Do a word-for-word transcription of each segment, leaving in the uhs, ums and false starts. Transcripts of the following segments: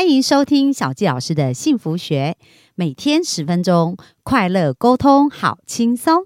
欢迎收听小纪老师的幸福学，每天十分钟，快乐沟通，好轻松。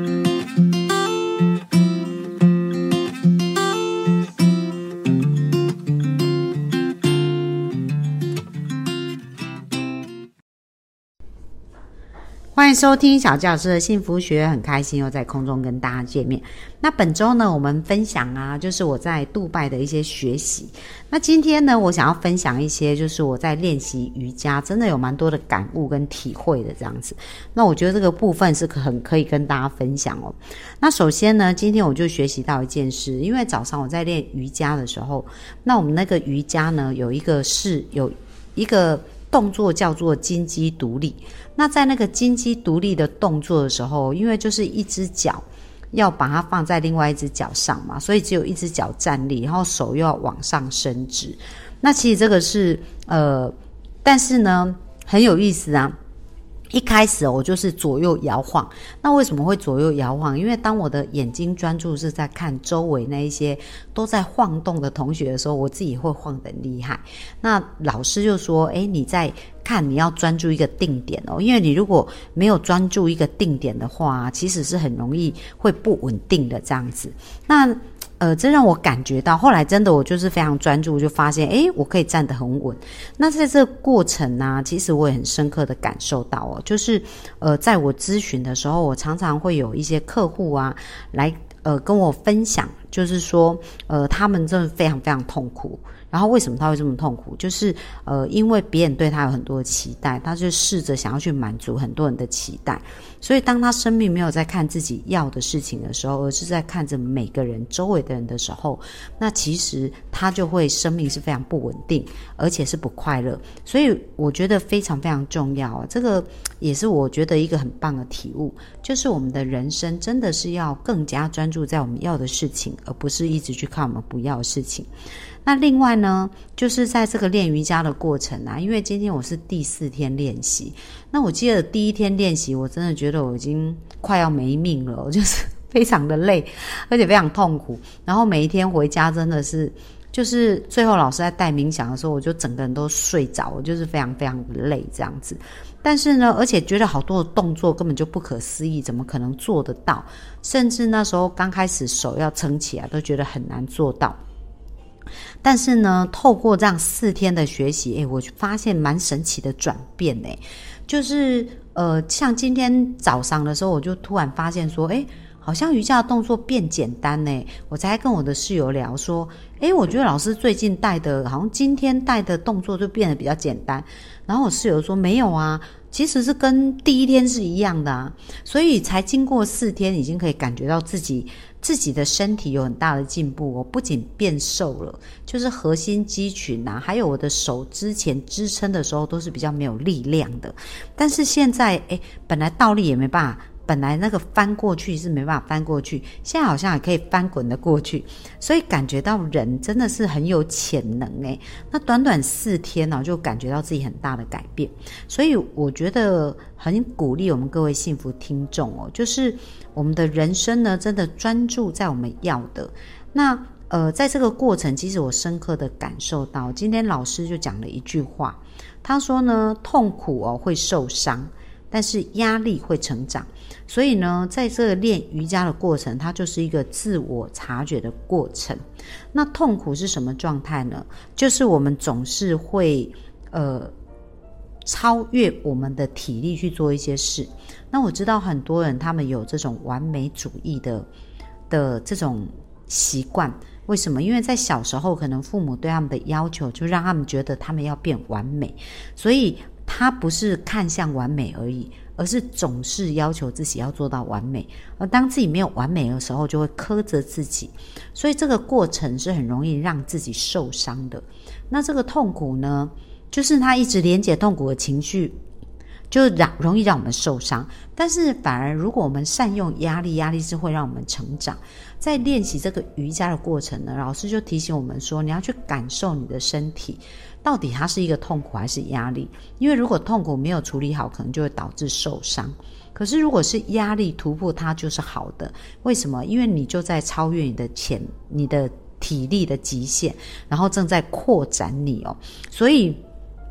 欢迎收听小纪老师的幸福学，很开心又在空中跟大家见面。那本周呢，我们分享啊，就是我在杜拜的一些学习。那今天呢，我想要分享一些，就是我在练习瑜伽，真的有蛮多的感悟跟体会的这样子。那我觉得这个部分是很可以跟大家分享哦。那首先呢，今天我就学习到一件事，因为早上我在练瑜伽的时候，那我们那个瑜伽呢，有一个是有一个动作叫做金鸡独立。那在那个金鸡独立的动作的时候，因为就是一只脚要把它放在另外一只脚上嘛，所以只有一只脚站立，然后手又要往上伸直。那其实这个是呃，但是呢很有意思啊。一开始我就是左右摇晃，那为什么会左右摇晃？因为当我的眼睛专注是在看周围那一些都在晃动的同学的时候，我自己会晃得很厉害。那老师就说，诶，你在看，你要专注一个定点哦，因为你如果没有专注一个定点的话，其实是很容易会不稳定的这样子。那呃，这让我感觉到，后来真的我就是非常专注，就发现，诶，我可以站得很稳。那在这个过程呢、啊，其实我也很深刻的感受到哦，就是呃，在我咨询的时候，我常常会有一些客户啊来呃跟我分享，就是说呃，他们真的非常非常痛苦。然后为什么他会这么痛苦？就是呃，因为别人对他有很多的期待，他就试着想要去满足很多人的期待。所以当他生命没有在看自己要的事情的时候，而是在看着每个人周围的人的时候，那其实他就会生命是非常不稳定，而且是不快乐。所以我觉得非常非常重要，这个也是我觉得一个很棒的体悟，就是我们的人生真的是要更加专注在我们要的事情，而不是一直去看我们不要的事情。那另外呢，就是在这个练瑜伽的过程啊，因为今天我是第四天练习，那我记得第一天练习，我真的觉得我已经快要没命了，我就是非常的累，而且非常痛苦。然后每一天回家真的是，就是最后老师在带冥想的时候，我就整个人都睡着，我就是非常非常的累这样子。但是呢，而且觉得好多的动作根本就不可思议，怎么可能做得到？甚至那时候刚开始手要撑起来，都觉得很难做到。但是呢，透过这样四天的学习，诶，我发现蛮神奇的转变诶，就是呃，像今天早上的时候，我就突然发现说，诶，好像瑜伽的动作变简单呢。我才跟我的室友聊说，诶，我觉得老师最近带的，好像今天带的动作就变得比较简单。然后我室友说没有啊，其实是跟第一天是一样的啊。所以才经过四天，已经可以感觉到自己自己的身体有很大的进步。我不仅变瘦了，就是核心肌群啊，还有我的手之前支撑的时候都是比较没有力量的。但是现在，诶，本来倒立也没办法。本来那个翻过去是没办法翻过去，现在好像也可以翻滚的过去，所以感觉到人真的是很有潜能诶。那短短四天呢、啊，就感觉到自己很大的改变，所以我觉得很鼓励我们各位幸福听众哦，就是我们的人生呢，真的专注在我们要的。那呃，在这个过程，其实我深刻的感受到，今天老师就讲了一句话，他说呢，痛苦哦会受伤。但是压力会成长，所以呢，在这个练瑜伽的过程，它就是一个自我察觉的过程。那痛苦是什么状态呢？就是我们总是会呃超越我们的体力去做一些事。那我知道很多人他们有这种完美主义的的这种习惯。为什么？因为在小时候，可能父母对他们的要求，就让他们觉得他们要变完美，所以他不是看向完美而已，而是总是要求自己要做到完美。而当自己没有完美的时候，就会苛责自己，所以这个过程是很容易让自己受伤的。那这个痛苦呢，就是他一直连结痛苦的情绪，就让容易让我们受伤。但是反而如果我们善用压力，压力是会让我们成长。在练习这个瑜伽的过程呢，老师就提醒我们说，你要去感受你的身体到底它是一个痛苦还是压力。因为如果痛苦没有处理好，可能就会导致受伤。可是如果是压力突破它就是好的。为什么？因为你就在超越你的潜你的体力的极限，然后正在扩展你哦。所以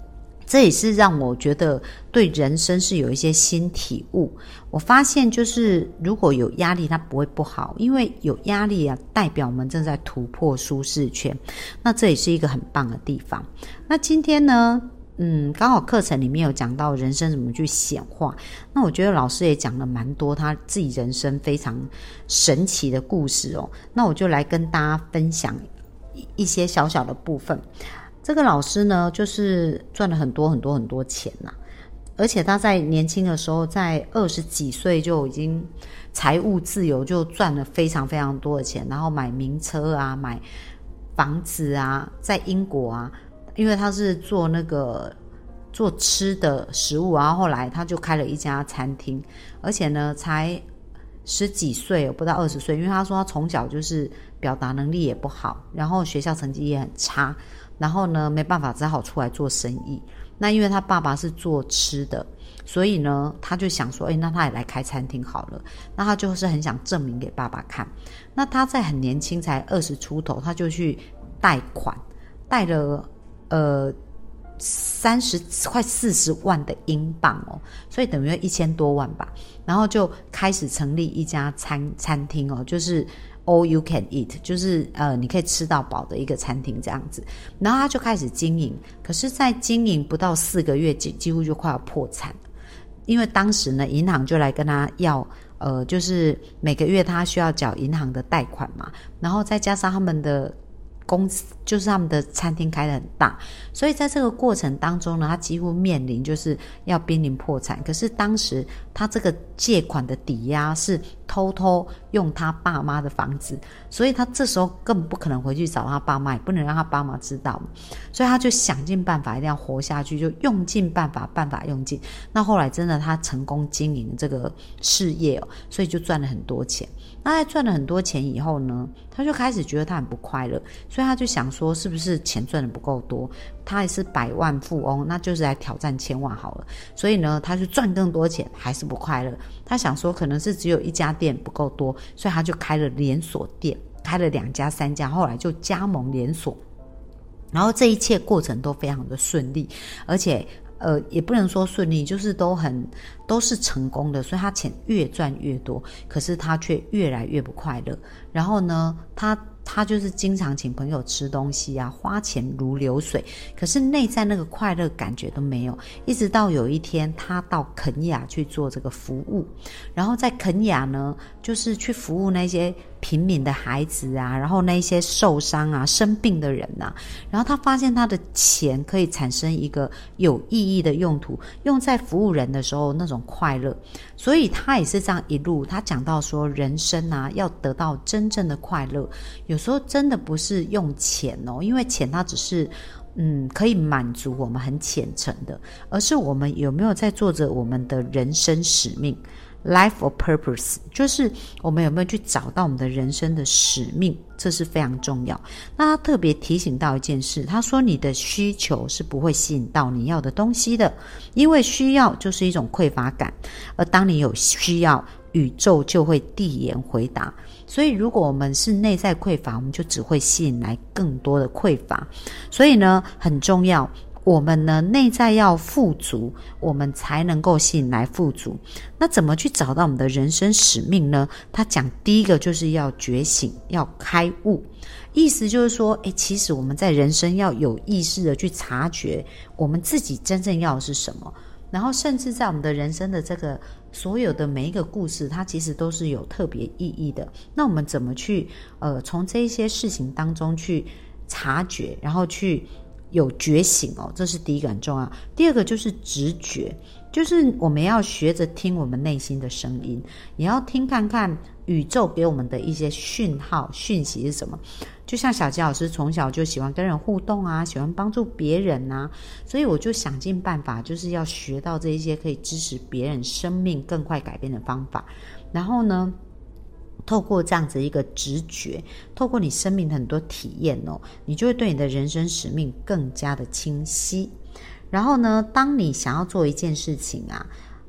这也是让我觉得对人生是有一些新体悟。我发现就是如果有压力它不会不好，因为有压力啊代表我们正在突破舒适圈，那这也是一个很棒的地方。那今天呢嗯，刚好课程里面有讲到人生怎么去显化，那我觉得老师也讲了蛮多他自己人生非常神奇的故事哦。那我就来跟大家分享一些小小的部分。这个老师呢就是赚了很多很多很多钱啊，而且他在年轻的时候在二十几岁就已经财务自由，就赚了非常非常多的钱，然后买名车啊，买房子啊，在英国啊，因为他是做那个做吃的食物，然后后来他就开了一家餐厅，而且呢才十几岁不到二十岁，因为他说他从小就是表达能力也不好，然后学校成绩也很差，然后呢没办法只好出来做生意。那因为他爸爸是做吃的，所以呢他就想说，诶，那他也来开餐厅好了。那他就是很想证明给爸爸看。那他在很年轻才二十出头，他就去贷款，贷了呃三十快四十万的英镑哦，所以等于一千多万吧。然后就开始成立一家餐餐厅哦，就是 all you can eat， 就是呃你可以吃到饱的一个餐厅这样子。然后他就开始经营，可是在经营不到四个月，几几乎就快要破产了。因为当时呢银行就来跟他要呃就是每个月他需要缴银行的贷款嘛，然后再加上他们的公司就是他们的餐厅开得很大，所以在这个过程当中呢他几乎面临就是要濒临破产。可是当时他这个借款的抵押是偷偷用他爸妈的房子，所以他这时候更不可能回去找他爸妈，也不能让他爸妈知道，所以他就想尽办法一定要活下去，就用尽办法办法用尽。那后来真的他成功经营这个事业哦，所以就赚了很多钱。那在赚了很多钱以后呢，他就开始觉得他很不快乐，所以他就想说是不是钱赚的不够多，他也是百万富翁，那就是来挑战千万好了。所以呢他就赚更多钱还是不快乐，他想说可能是只有一家店不够多，所以他就开了连锁店，开了两家三家，后来就加盟连锁。然后这一切过程都非常的顺利，而且呃，也不能说顺利，就是都很都是成功的，所以他钱越赚越多，可是他却越来越不快乐。然后呢他他就是经常请朋友吃东西啊，花钱如流水，可是内在那个快乐感觉都没有。一直到有一天他到肯亚去做这个服务，然后在肯亚呢就是去服务那些平民的孩子啊，然后那些受伤啊生病的人啊，然后他发现他的钱可以产生一个有意义的用途，用在服务人的时候那种快乐。所以他也是这样一路，他讲到说人生啊要得到真正的快乐，有时候真的不是用钱哦，因为钱它只是嗯可以满足我们很浅层的，而是我们有没有在做着我们的人生使命，Life of Purpose， 就是我们有没有去找到我们的人生的使命，这是非常重要。那他特别提醒到一件事，他说你的需求是不会吸引到你要的东西的，因为需要就是一种匮乏感，而当你有需要，宇宙就会递延回答。所以如果我们是内在匮乏，我们就只会吸引来更多的匮乏。所以呢很重要，我们呢内在要富足，我们才能够吸引来富足。那怎么去找到我们的人生使命呢？他讲第一个就是要觉醒，要开悟。意思就是说诶其实我们在人生要有意识的去察觉我们自己真正要的是什么，然后甚至在我们的人生的这个所有的每一个故事，它其实都是有特别意义的。那我们怎么去呃从这一些事情当中去察觉，然后去有觉醒哦，这是第一个很重要。第二个就是直觉，就是我们要学着听我们内心的声音，也要听看看宇宙给我们的一些讯号讯息是什么。就像小杰老师从小就喜欢跟人互动啊，喜欢帮助别人啊，所以我就想尽办法就是要学到这一些可以支持别人生命更快改变的方法。然后呢透过这样子一个直觉，透过你生命的很多体验哦，你就会对你的人生使命更加的清晰。然后呢当你想要做一件事情啊，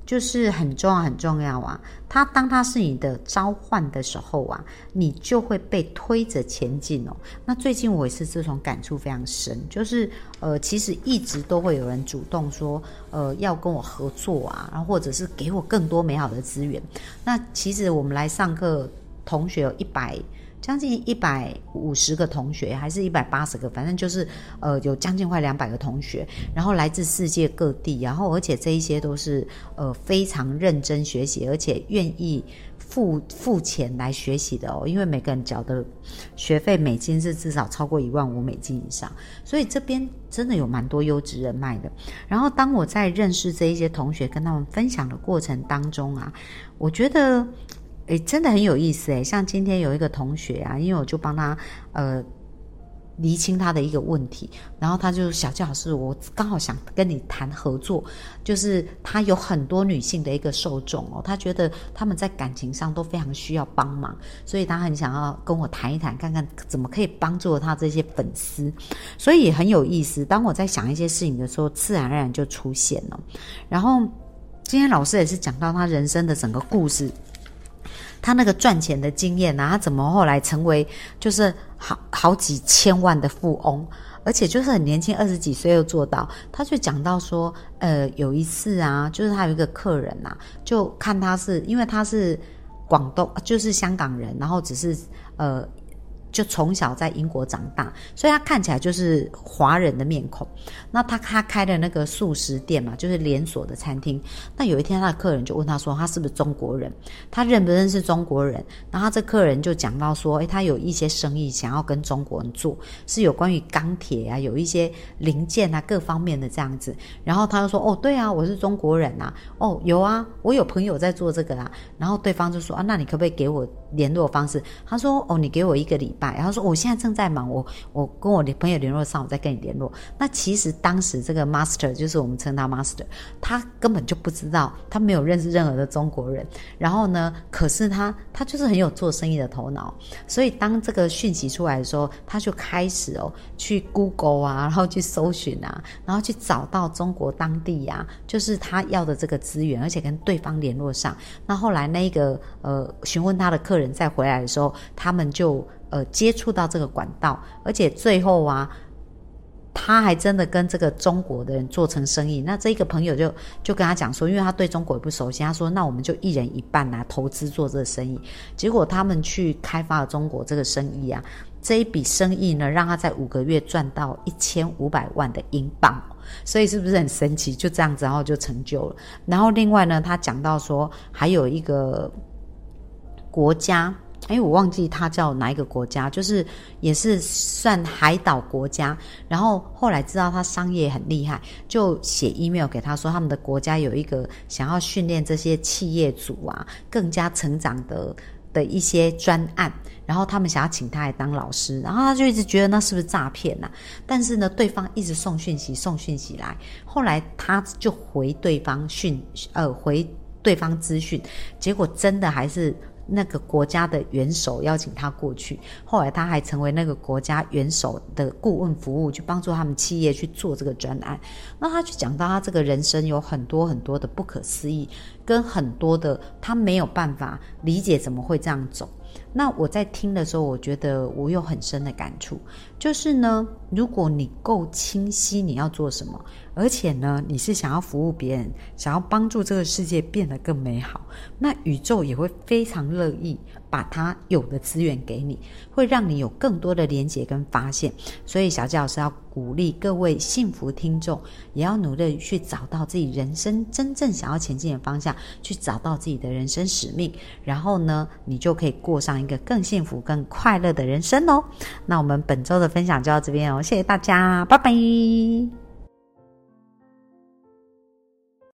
就是很重要很重要啊，它当它是你的召唤的时候啊，你就会被推着前进哦。那最近我也是这种感触非常深，就是呃，其实一直都会有人主动说呃要跟我合作啊，然后或者是给我更多美好的资源。那其实我们来上课同学有一百将近一百五十个同学，还是一百八十个，反正就是呃有将近快两百个同学，然后来自世界各地，然后而且这一些都是呃非常认真学习，而且愿意付付钱来学习的哦，因为每个人缴的学费美金是至少超过一万五美金以上，所以这边真的有蛮多优质人脉的。然后当我在认识这一些同学，跟他们分享的过程当中啊，我觉得诶，真的很有意思诶。像今天有一个同学啊，因为我就帮他呃厘清他的一个问题，然后他就小纪老师，我刚好想跟你谈合作，就是他有很多女性的一个受众哦，他觉得他们在感情上都非常需要帮忙，所以他很想要跟我谈一谈，看看怎么可以帮助他这些粉丝，所以也很有意思。当我在想一些事情的时候，自然而然就出现了。然后今天老师也是讲到他人生的整个故事。他那个赚钱的经验啊，他怎么后来成为就是好好几千万的富翁，而且就是很年轻，二十几岁又做到。他就讲到说，呃，有一次啊，就是他有一个客人啊，就看他是因为他是广东，就是香港人，然后只是呃。就从小在英国长大，所以他看起来就是华人的面孔。那他他开的那个素食店嘛，就是连锁的餐厅。那有一天他的客人就问他说，他是不是中国人？他认不认识中国人？然后他这客人就讲到说，诶，他有一些生意想要跟中国人做，是有关于钢铁啊，有一些零件啊，各方面的这样子。然后他就说，哦，对啊，我是中国人啊。哦，有啊，我有朋友在做这个啊。然后对方就说，啊，那你可不可以给我联络方式？他说，哦，你给我一个礼拜。然后说我现在正在忙，我我跟我的朋友联络上，我再跟你联络。那其实当时这个 master 就是我们称他 master， 他根本就不知道，他没有认识任何的中国人。然后呢，可是他他就是很有做生意的头脑，所以当这个讯息出来的时候，他就开始哦去 Google 啊，然后去搜寻啊，然后去找到中国当地啊，就是他要的这个资源，而且跟对方联络上。那后来那个呃询问他的客人再回来的时候，他们就呃，接触到这个管道，而且最后啊，他还真的跟这个中国的人做成生意。那这一个朋友就就跟他讲说，因为他对中国也不熟悉，他说那我们就一人一半啊，投资做这个生意。结果他们去开发了中国这个生意啊，这一笔生意呢，让他在五个月赚到一千五百万的英镑。所以是不是很神奇？就这样子，然后就成就了。然后另外呢，他讲到说，还有一个国家。哎，我忘记他叫哪一个国家，就是也是算海岛国家。然后后来知道他商业很厉害，就写 email 给他说，他们的国家有一个想要训练这些企业主啊更加成长的的一些专案，然后他们想要请他来当老师，然后他就一直觉得那是不是诈骗啊？但是呢，对方一直送讯息送讯息来，后来他就回对方讯呃回对方资讯，结果真的还是。那个国家的元首邀请他过去，后来他还成为那个国家元首的顾问服务，去帮助他们企业去做这个专案。那他就讲到他这个人生有很多很多的不可思议，跟很多的他没有办法理解怎么会这样走。那我在听的时候，我觉得我有很深的感触，就是呢，如果你够清晰你要做什么，而且呢，你是想要服务别人，想要帮助这个世界变得更美好，那宇宙也会非常乐意把它有的资源给你，会让你有更多的连结跟发现。所以小纪老师要鼓励各位幸福听众，也要努力去找到自己人生真正想要前进的方向，去找到自己的人生使命，然后呢，你就可以过上一个更幸福更快乐的人生哦。那我们本周的分享就到这边哦，谢谢大家，拜拜。